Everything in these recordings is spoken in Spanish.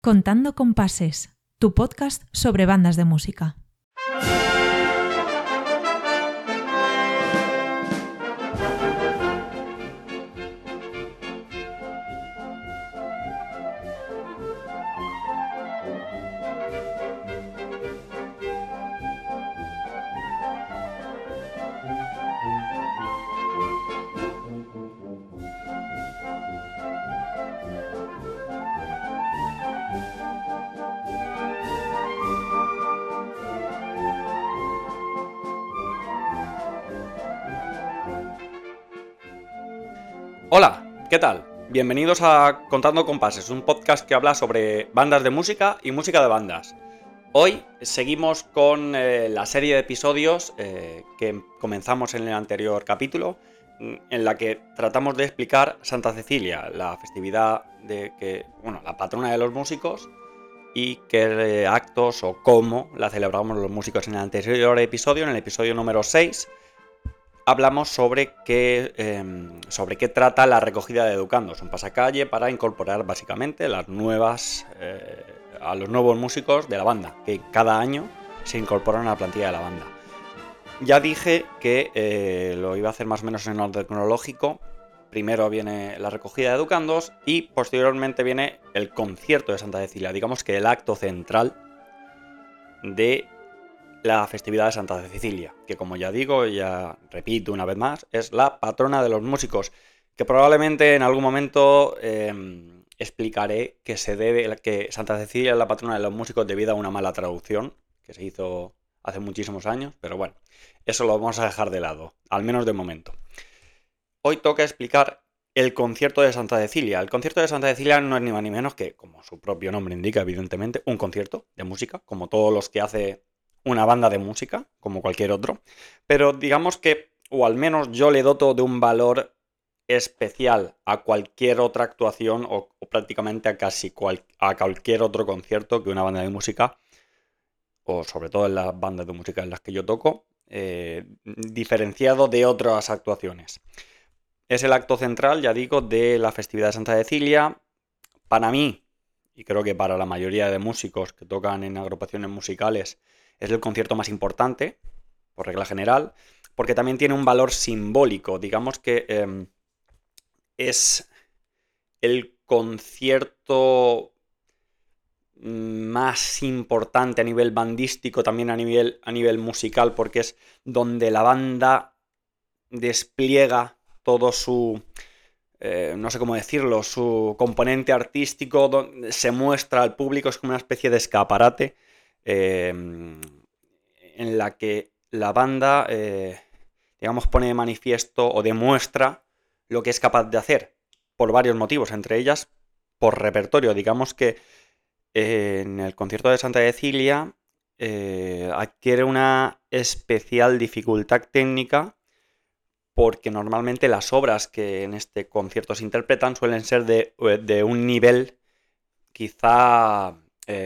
Contando Compases, tu podcast sobre bandas de música. Hola, ¿qué tal? Bienvenidos a Contando Compases, un podcast que habla sobre bandas de música y música de bandas. Hoy seguimos con la serie de episodios que comenzamos en el anterior capítulo, en la que tratamos de explicar Santa Cecilia, la festividad la patrona de los músicos, y qué actos o cómo la celebramos los músicos. En el anterior episodio, en el episodio número 6, hablamos sobre qué trata la recogida de educandos, un pasacalle para incorporar básicamente a los nuevos músicos de la banda, que cada año se incorporan a la plantilla de la banda. Ya dije que lo iba a hacer más o menos en orden cronológico. Primero viene la recogida de educandos y posteriormente viene el concierto de Santa Cecilia, digamos que el acto central de la festividad de Santa Cecilia, que como ya digo, ya repito una vez más, es la patrona de los músicos, que probablemente en algún momento explicaré que Santa Cecilia es la patrona de los músicos debido a una mala traducción que se hizo hace muchísimos años, pero bueno, eso lo vamos a dejar de lado, al menos de momento. Hoy toca explicar el concierto de Santa Cecilia. El concierto de Santa Cecilia no es ni más ni menos que, como su propio nombre indica, evidentemente, un concierto de música, como todos los que hace una banda de música, como cualquier otro, pero digamos que, o al menos yo le doto de un valor especial a cualquier otra actuación o prácticamente a cualquier otro concierto que una banda de música, o sobre todo en las bandas de música en las que yo toco, diferenciado de otras actuaciones. Es el acto central, ya digo, de la festividad de Santa Cecilia. Para mí, y creo que para la mayoría de músicos que tocan en agrupaciones musicales, es el concierto más importante, por regla general, porque también tiene un valor simbólico. Digamos que es el concierto más importante a nivel bandístico, también a nivel musical, porque es donde la banda despliega todo su, no sé cómo decirlo, su componente artístico, donde se muestra al público, es como una especie de escaparate en la que la banda, digamos, pone de manifiesto o demuestra lo que es capaz de hacer, por varios motivos, entre ellas por repertorio. Digamos que en el concierto de Santa Cecilia adquiere una especial dificultad técnica porque normalmente las obras que en este concierto se interpretan suelen ser de un nivel quizá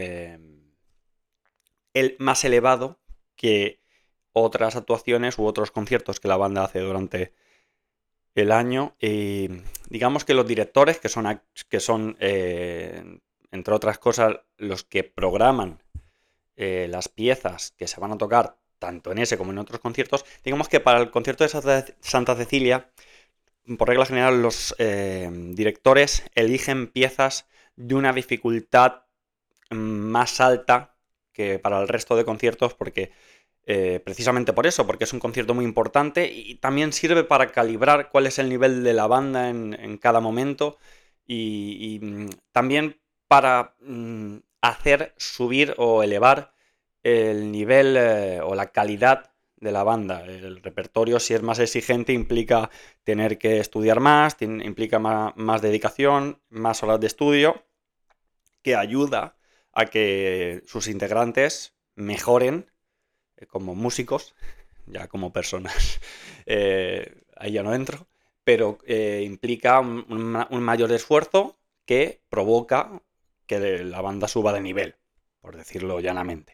el más elevado que otras actuaciones u otros conciertos que la banda hace durante el año. Y digamos que los directores, que son entre otras cosas, los que programan las piezas que se van a tocar tanto en ese como en otros conciertos, digamos que para el concierto de Santa Cecilia, por regla general, los directores eligen piezas de una dificultad más alta que para el resto de conciertos, porque precisamente por eso, porque es un concierto muy importante y también sirve para calibrar cuál es el nivel de la banda en cada momento y también para hacer subir o elevar el nivel o la calidad de la banda. El repertorio, si es más exigente, implica tener que estudiar más, implica más dedicación, más horas de estudio, que ayuda a que sus integrantes mejoren como músicos, ya como personas, ahí ya no entro, pero implica un mayor esfuerzo que provoca que la banda suba de nivel, por decirlo llanamente.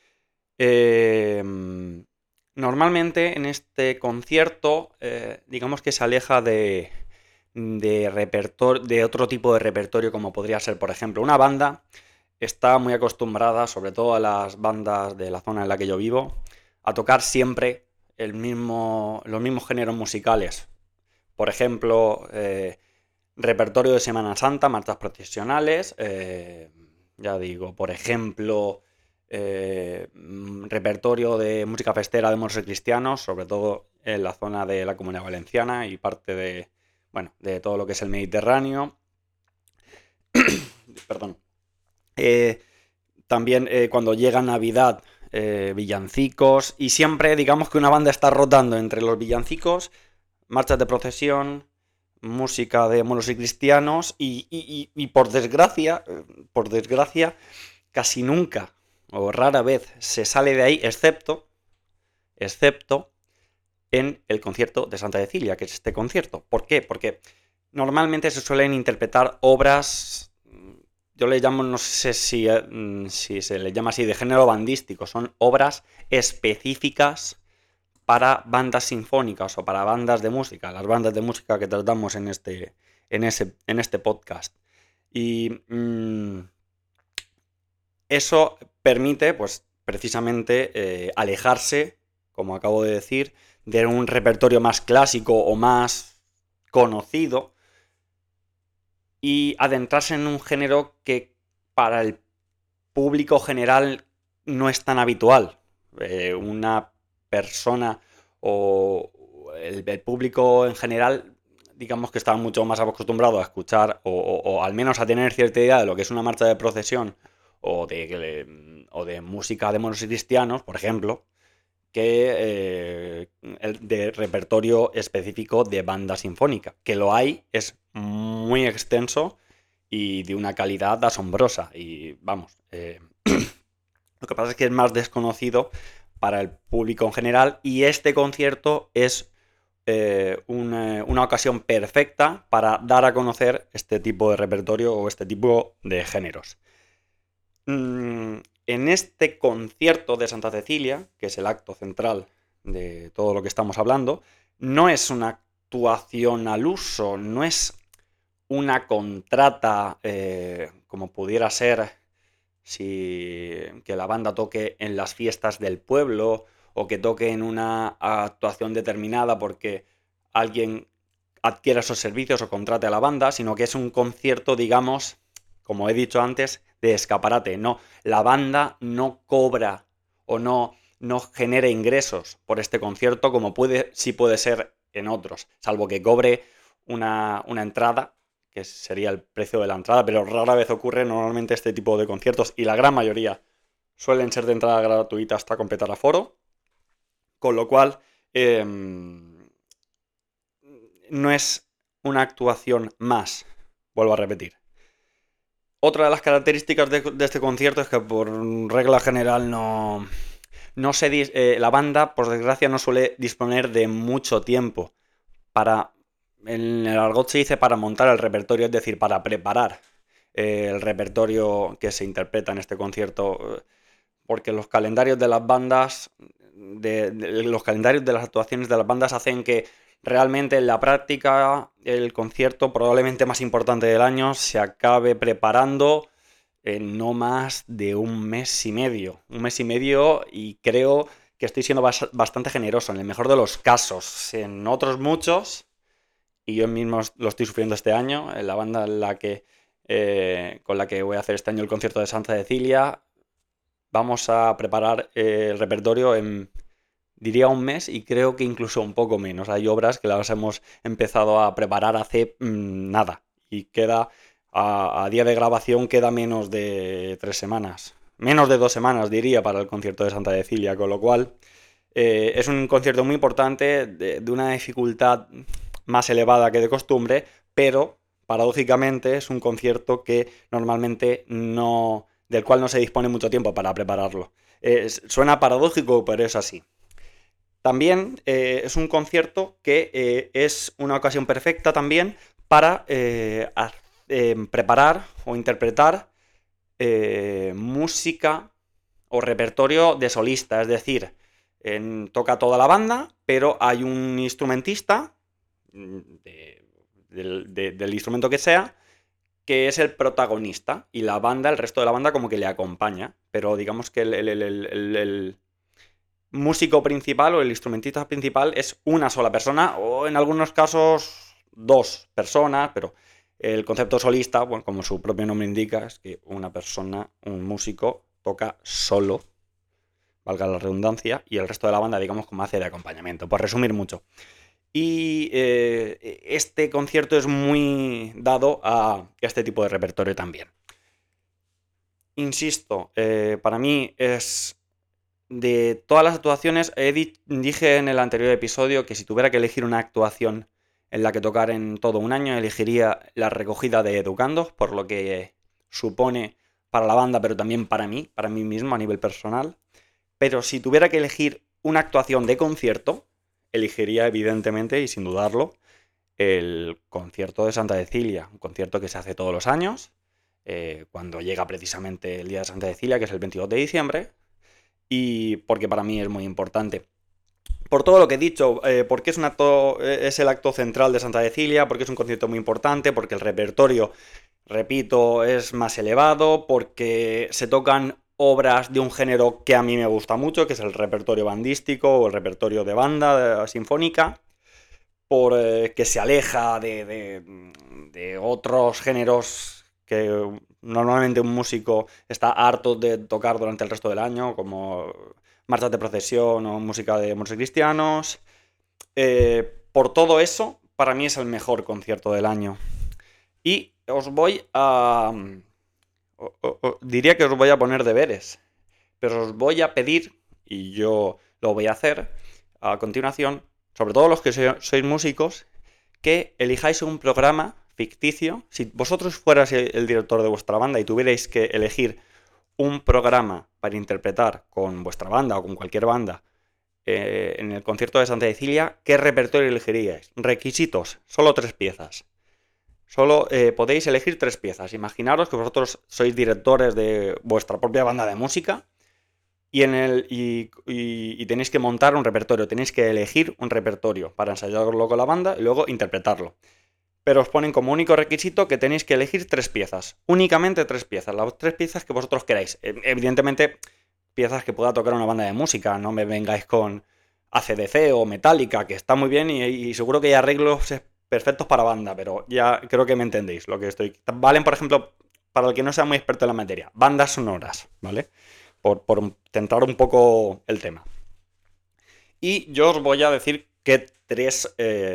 Normalmente en este concierto, digamos que se aleja de otro tipo de repertorio, como podría ser, por ejemplo, una banda está muy acostumbrada, sobre todo a las bandas de la zona en la que yo vivo, a tocar siempre los mismos géneros musicales. Por ejemplo, repertorio de Semana Santa, marchas procesionales, ya digo, por ejemplo, repertorio de música festera de moros y cristianos, sobre todo en la zona de la Comunidad Valenciana y parte de todo lo que es el Mediterráneo. Perdón. También cuando llega Navidad, villancicos, y siempre digamos que una banda está rotando entre los villancicos, marchas de procesión, música de moros y cristianos, y por desgracia, casi nunca o rara vez se sale de ahí, excepto en el concierto de Santa Cecilia, que es este concierto. ¿Por qué? Porque normalmente se suelen interpretar obras, yo le llamo, no sé si se le llama así, de género bandístico, son obras específicas para bandas sinfónicas o para bandas de música, las bandas de música que tratamos en este podcast. Y eso permite, pues, precisamente alejarse, como acabo de decir, de un repertorio más clásico o más conocido y adentrarse en un género que para el público general no es tan habitual. Una persona o el público en general, digamos que está mucho más acostumbrado a escuchar o al menos a tener cierta idea de lo que es una marcha de procesión o de música de moros y cristianos, por ejemplo, que el de repertorio específico de banda sinfónica. Que lo hay, es muy extenso y de una calidad asombrosa. Y vamos, lo que pasa es que es más desconocido para el público en general, y este concierto es una ocasión perfecta para dar a conocer este tipo de repertorio o este tipo de géneros. En este concierto de Santa Cecilia, que es el acto central de todo lo que estamos hablando, no es una actuación al uso, no es una contrata como pudiera ser que la banda toque en las fiestas del pueblo o que toque en una actuación determinada porque alguien adquiera esos servicios o contrate a la banda, sino que es un concierto, digamos, como he dicho antes, de escaparate. No, la banda no cobra o no genera ingresos por este concierto como sí puede ser en otros, salvo que cobre una entrada, que sería el precio de la entrada, pero rara vez ocurre. Normalmente este tipo de conciertos, y la gran mayoría, suelen ser de entrada gratuita hasta completar aforo, con lo cual no es una actuación más, vuelvo a repetir. Otra de las características de este concierto es que por regla general la banda, por desgracia, no suele disponer de mucho tiempo en el argot se dice para montar el repertorio, es decir, para preparar el repertorio que se interpreta en este concierto, porque los calendarios de las bandas, los calendarios de las actuaciones de las bandas hacen que realmente en la práctica el concierto probablemente más importante del año se acabe preparando en no más de un mes y medio. Un mes y medio, y creo que estoy siendo bastante generoso en el mejor de los casos. En otros muchos, y yo mismo lo estoy sufriendo este año, en la banda con la que voy a hacer este año el concierto de Santa Cecilia, vamos a preparar el repertorio en, diría, un mes, y creo que incluso un poco menos. Hay obras que las hemos empezado a preparar hace nada, y queda, a día de grabación, queda menos de 3 semanas. Menos de 2 semanas, diría, para el concierto de Santa Cecilia, con lo cual es un concierto muy importante, de una dificultad más elevada que de costumbre, pero paradójicamente es un concierto que normalmente del cual no se dispone mucho tiempo para prepararlo. Suena paradójico, pero es así. También es un concierto que es una ocasión perfecta también para preparar o interpretar música o repertorio de solista, es decir, toca toda la banda, pero hay un instrumentista del instrumento que sea, que es el protagonista y la banda, el resto de la banda como que le acompaña, pero digamos que el músico principal o el instrumentista principal es una sola persona o en algunos casos 2 personas, pero el concepto solista, bueno, como su propio nombre indica, es que una persona, un músico, toca solo, valga la redundancia, y el resto de la banda, digamos, como hace de acompañamiento, por resumir mucho. Y este concierto es muy dado a este tipo de repertorio también. Insisto, para mí es de todas las actuaciones, dije en el anterior episodio que si tuviera que elegir una actuación en la que tocar en todo un año, elegiría la recogida de Educandos, por lo que supone para la banda, pero también para mí mismo a nivel personal. Pero si tuviera que elegir una actuación de concierto, elegiría evidentemente y sin dudarlo el concierto de Santa Cecilia, un concierto que se hace todos los años, cuando llega precisamente el día de Santa Cecilia, que es el 22 de diciembre, y porque para mí es muy importante. Por todo lo que he dicho, porque es el acto central de Santa Cecilia, porque es un concierto muy importante, porque el repertorio, repito, es más elevado, porque se tocan obras de un género que a mí me gusta mucho, que es el repertorio bandístico o el repertorio de banda sinfónica, que se aleja de otros géneros que normalmente un músico está harto de tocar durante el resto del año, como marchas de procesión o música de moros cristianos. Por todo eso, para mí es el mejor concierto del año. Y os voy a... diría que os voy a poner deberes, pero os voy a pedir, y yo lo voy a hacer a continuación, sobre todo los que sois músicos, que elijáis un programa ficticio. Si vosotros fuerais el director de vuestra banda y tuvierais que elegir un programa para interpretar con vuestra banda o con cualquier banda en el concierto de Santa Cecilia, ¿qué repertorio elegiríais? Requisitos, solo 3 piezas. Solo podéis elegir 3 piezas. Imaginaros que vosotros sois directores de vuestra propia banda de música y tenéis que montar un repertorio, tenéis que elegir un repertorio para ensayarlo con la banda y luego interpretarlo. Pero os ponen como único requisito que tenéis que elegir 3 piezas, únicamente 3 piezas, las 3 piezas que vosotros queráis. Evidentemente, piezas que pueda tocar una banda de música, no me vengáis con AC/DC o Metallica, que está muy bien y seguro que hay arreglos perfectos para banda, pero ya creo que me entendéis lo que estoy... Valen, por ejemplo, para el que no sea muy experto en la materia, bandas sonoras, ¿vale? Por centrar un poco el tema. Y yo os voy a decir qué tres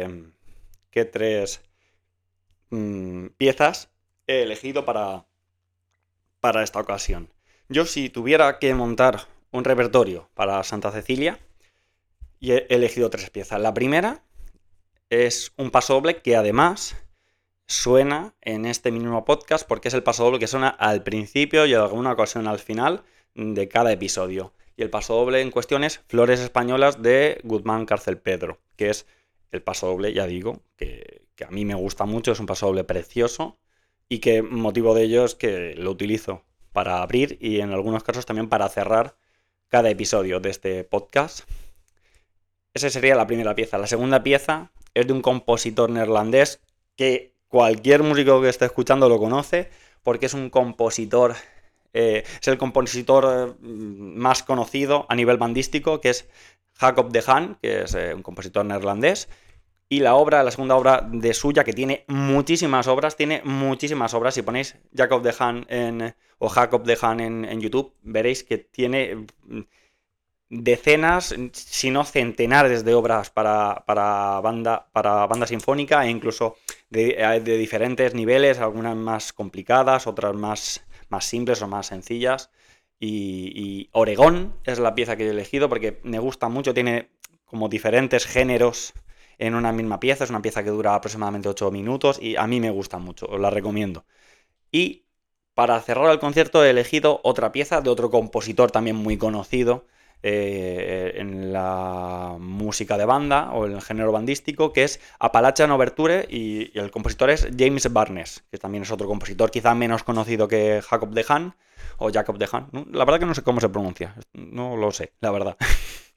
piezas he elegido para esta ocasión. Yo, si tuviera que montar un repertorio para Santa Cecilia, y he elegido 3 piezas. La primera es un pasodoble que además suena en este mismo podcast porque es el pasodoble que suena al principio y en alguna ocasión al final de cada episodio. Y el pasodoble en cuestión es Flores Españolas de Guzmán Cárcel Pedro, que es el pasodoble, ya digo, que a mí me gusta mucho, es un pasodoble precioso y que motivo de ello es que lo utilizo para abrir y en algunos casos también para cerrar cada episodio de este podcast. Esa sería la primera pieza. La segunda pieza es de un compositor neerlandés que cualquier músico que esté escuchando lo conoce porque es un compositor, es el compositor más conocido a nivel bandístico, que es Jacob de Haan, que es un compositor neerlandés. Y la segunda obra de suya, que tiene muchísimas obras, si ponéis Jacob de Haan o Jacob de Haan en YouTube, veréis que tiene decenas, si no centenares de obras para banda sinfónica e incluso de diferentes niveles, algunas más complicadas, otras más simples o más sencillas. Y Oregón es la pieza que he elegido porque me gusta mucho, tiene como diferentes géneros en una misma pieza, es una pieza que dura aproximadamente 8 minutos y a mí me gusta mucho, os la recomiendo. Y para cerrar el concierto he elegido otra pieza de otro compositor también muy conocido en la música de banda o en el género bandístico, que es Appalachian Overture, y el compositor es James Barnes, que también es otro compositor quizá menos conocido que Jacob de Haan o Jacob de Haan. La verdad que no sé cómo se pronuncia, no lo sé, la verdad.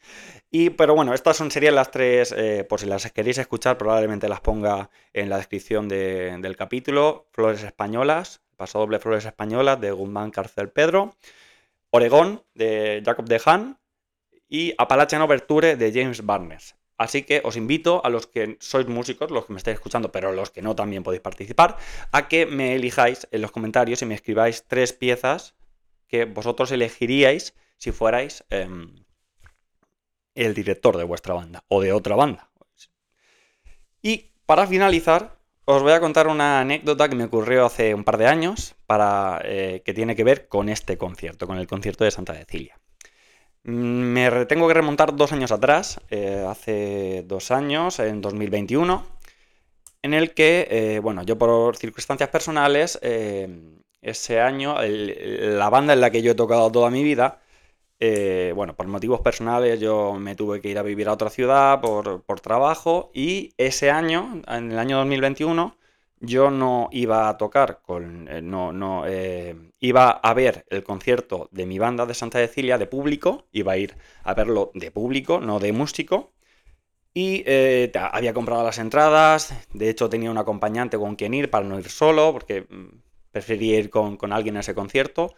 Pero bueno, estas serían las tres, por si las queréis escuchar, probablemente las ponga en la descripción del capítulo. Flores Españolas, Paso Doble Flores Españolas de Guzmán Carcel Pedro, Oregón de Jacob de Haan y Appalachian Overture de James Barnes. Así que os invito a los que sois músicos, los que me estáis escuchando, pero los que no también podéis participar, a que me elijáis en los comentarios y me escribáis 3 piezas que vosotros elegiríais si fuerais el director de vuestra banda o de otra banda. Y para finalizar, os voy a contar una anécdota que me ocurrió hace un par de años que tiene que ver con este concierto, con el concierto de Santa Cecilia. Tengo que remontar 2 años atrás, hace 2 años, en 2021, en el que, yo por circunstancias personales, ese año, la banda en la que yo he tocado toda mi vida, por motivos personales yo me tuve que ir a vivir a otra ciudad por trabajo, y ese año, en el año 2021, yo no iba a tocar iba a ver el concierto de mi banda de Santa Cecilia de público, iba a ir a verlo de público, no de músico, y había comprado las entradas. De hecho tenía un acompañante con quien ir para no ir solo, porque prefería ir con alguien a ese concierto.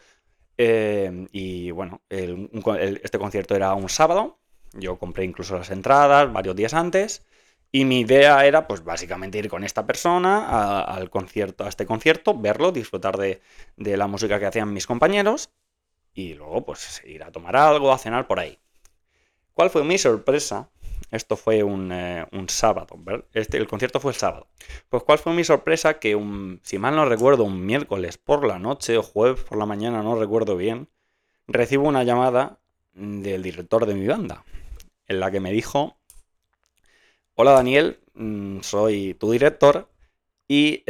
Este concierto era un sábado, yo compré incluso las entradas varios días antes, y mi idea era, pues básicamente ir con esta persona a este concierto, verlo, disfrutar de la música que hacían mis compañeros, y luego pues ir a tomar algo, a cenar por ahí. ¿Cuál fue mi sorpresa? Esto fue un sábado, ¿verdad? El concierto fue el sábado. Pues ¿cuál fue mi sorpresa? Que si mal no recuerdo, un miércoles por la noche o jueves por la mañana, no recuerdo bien, recibo una llamada del director de mi banda, en la que me dijo: hola Daniel, soy tu director y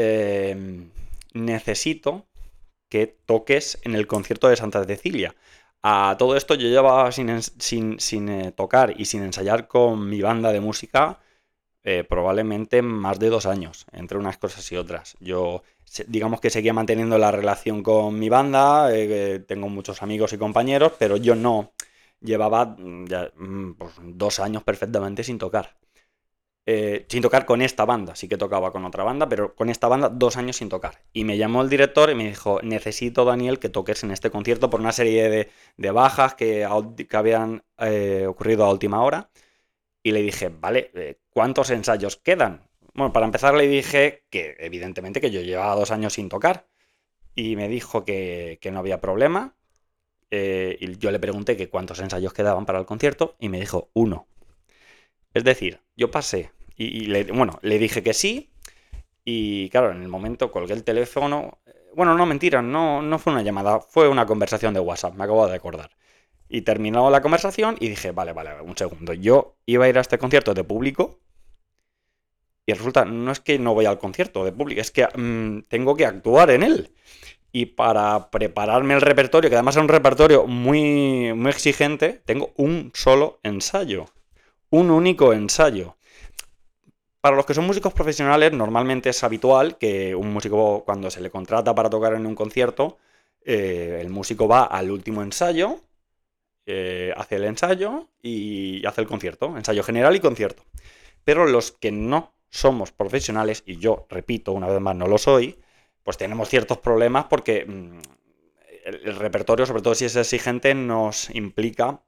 necesito que toques en el concierto de Santa Cecilia. A todo esto yo llevaba sin tocar y sin ensayar con mi banda de música probablemente más de 2 años, entre unas cosas y otras. Yo, digamos que seguía manteniendo la relación con mi banda, tengo muchos amigos y compañeros, pero yo no llevaba 2 años perfectamente sin tocar. Sin tocar con esta banda, sí que tocaba con otra banda, pero con esta banda 2 años sin tocar. Y me llamó el director y me dijo: necesito, Daniel, que toques en este concierto por una serie de bajas que habían ocurrido a última hora. Y le dije: vale, ¿cuántos ensayos quedan? Bueno, para empezar le dije que evidentemente que yo llevaba 2 años sin tocar. Y me dijo que no había problema. Y yo le pregunté que cuántos ensayos quedaban para el concierto y me dijo 1. Es decir, yo pasé le dije que sí, y claro, en el momento colgué el teléfono. Bueno, no, mentira, no fue una llamada, fue una conversación de WhatsApp, me acabo de acordar. Y terminó la conversación y dije: vale, un segundo, yo iba a ir a este concierto de público y resulta, no es que no voy al concierto de público, es que tengo que actuar en él. Y para prepararme el repertorio, que además es un repertorio muy, muy exigente, tengo un solo ensayo. Un único ensayo. Para los que son músicos profesionales, normalmente es habitual que un músico, cuando se le contrata para tocar en un concierto, el músico va al último ensayo, hace el ensayo y hace el concierto. Ensayo general y concierto. Pero los que no somos profesionales, y yo, repito, una vez más no lo soy, pues tenemos ciertos problemas porque el repertorio, sobre todo si es exigente, nos implica,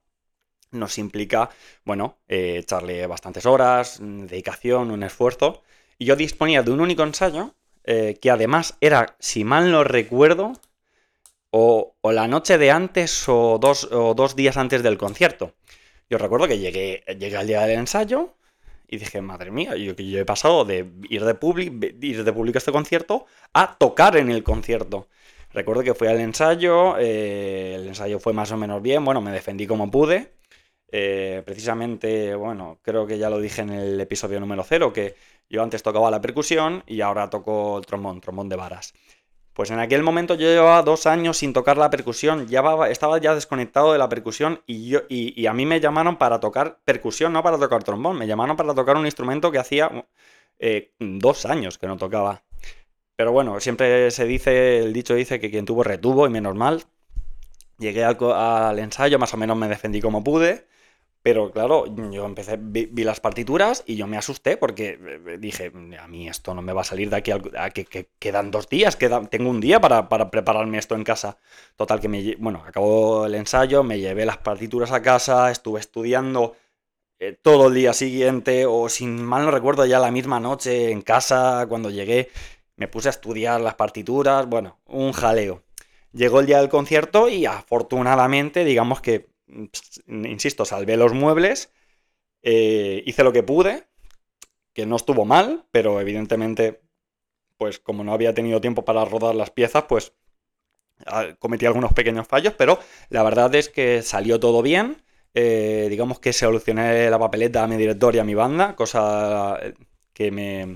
echarle bastantes horas, dedicación, un esfuerzo. Y yo disponía de un único ensayo, que además era, si mal no recuerdo, o la noche de antes o 2 días antes del concierto. Yo recuerdo que llegué al día del ensayo y dije: madre mía, yo he pasado de ir de público a este concierto a tocar en el concierto. Recuerdo que fui al ensayo, el ensayo fue más o menos bien, me defendí como pude. Precisamente, creo que ya lo dije en el episodio número 0, que yo antes tocaba la percusión y ahora toco el trombón de varas. Pues en aquel momento yo llevaba 2 años sin tocar la percusión, estaba ya desconectado de la percusión, y a mí me llamaron para tocar percusión, no para tocar trombón, me llamaron para tocar un instrumento que hacía 2 años que no tocaba. Pero bueno, siempre el dicho dice que quien tuvo retuvo, y menos mal. Llegué al ensayo, más o menos me defendí como pude. Pero claro, yo vi las partituras y yo me asusté porque dije, a mí esto no me va a salir de aquí a que quedan 2 días, tengo un día para prepararme esto en casa. Total, que acabó el ensayo, me llevé las partituras a casa, estuve estudiando todo el día siguiente, o si mal no recuerdo ya la misma noche en casa, cuando llegué, me puse a estudiar las partituras, bueno, un jaleo. Llegó el día del concierto y afortunadamente, digamos que, insisto, salvé los muebles, hice lo que pude, que no estuvo mal, pero evidentemente, pues como no había tenido tiempo para rodar las piezas, pues cometí algunos pequeños fallos, pero la verdad es que salió todo bien. Digamos que solucioné la papeleta a mi director y a mi banda, cosa que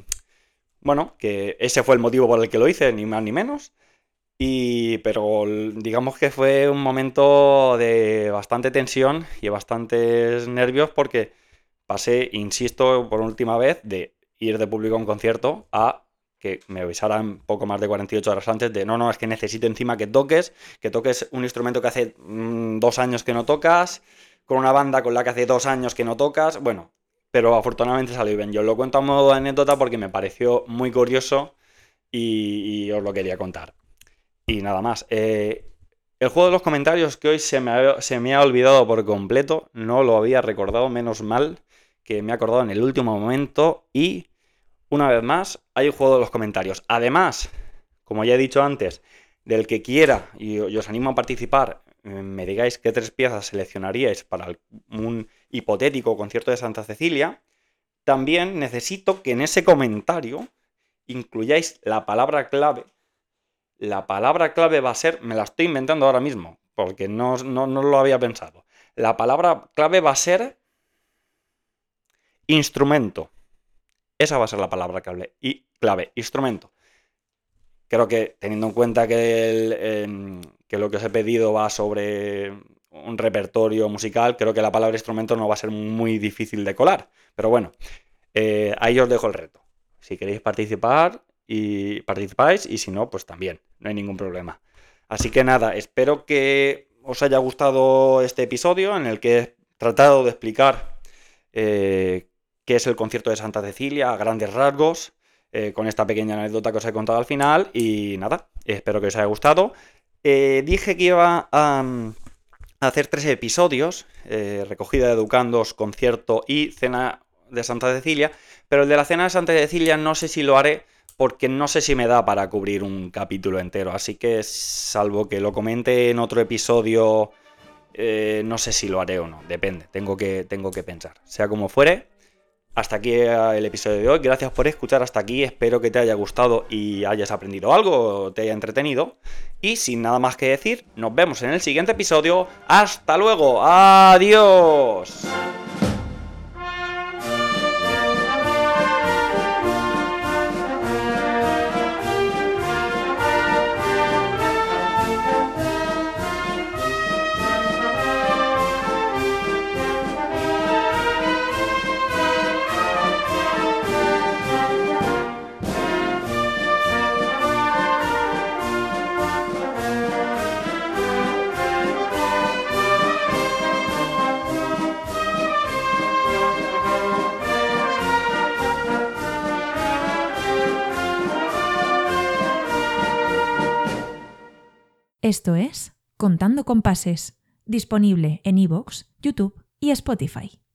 que ese fue el motivo por el que lo hice, ni más ni menos. Pero digamos que fue un momento de bastante tensión y bastantes nervios porque pasé, insisto, por última vez, de ir de público a un concierto a que me avisaran poco más de 48 horas antes de no, es que necesito encima que toques un instrumento que hace 2 años que no tocas, con una banda con la que hace 2 años que no tocas, bueno, pero afortunadamente salió bien. Yo os lo cuento a modo de anécdota porque me pareció muy curioso y os lo quería contar. Y nada más. El juego de los comentarios que hoy se me ha olvidado por completo, no lo había recordado, menos mal que me he acordado en el último momento. Y una vez más, hay un juego de los comentarios. Además, como ya he dicho antes, del que quiera y os animo a participar, me digáis qué 3 piezas seleccionaríais para un hipotético concierto de Santa Cecilia. También necesito que en ese comentario incluyáis la palabra clave. La palabra clave va a ser, me la estoy inventando ahora mismo, porque no lo había pensado. La palabra clave va a ser instrumento. Esa va a ser la palabra clave, instrumento. Creo que, teniendo en cuenta que lo que os he pedido va sobre un repertorio musical, creo que la palabra instrumento no va a ser muy difícil de colar. Pero bueno, ahí os dejo el reto. Si queréis participar, y participáis, y si no, pues también, no hay ningún problema. Así que nada, espero que os haya gustado este episodio en el que he tratado de explicar qué es el concierto de Santa Cecilia a grandes rasgos, con esta pequeña anécdota que os he contado al final. Y nada, espero que os haya gustado. Dije que iba a hacer 3 episodios, recogida de educandos, concierto y cena de Santa Cecilia, pero el de la cena de Santa Cecilia no sé si lo haré, porque no sé si me da para cubrir un capítulo entero, así que salvo que lo comente en otro episodio, no sé si lo haré o no, depende, tengo que pensar. Sea como fuere, hasta aquí el episodio de hoy. Gracias por escuchar hasta aquí, espero que te haya gustado y hayas aprendido algo o te haya entretenido. Y sin nada más que decir, nos vemos en el siguiente episodio. ¡Hasta luego! ¡Adiós! Esto es Contando con Pases, disponible en iVoox, YouTube y Spotify.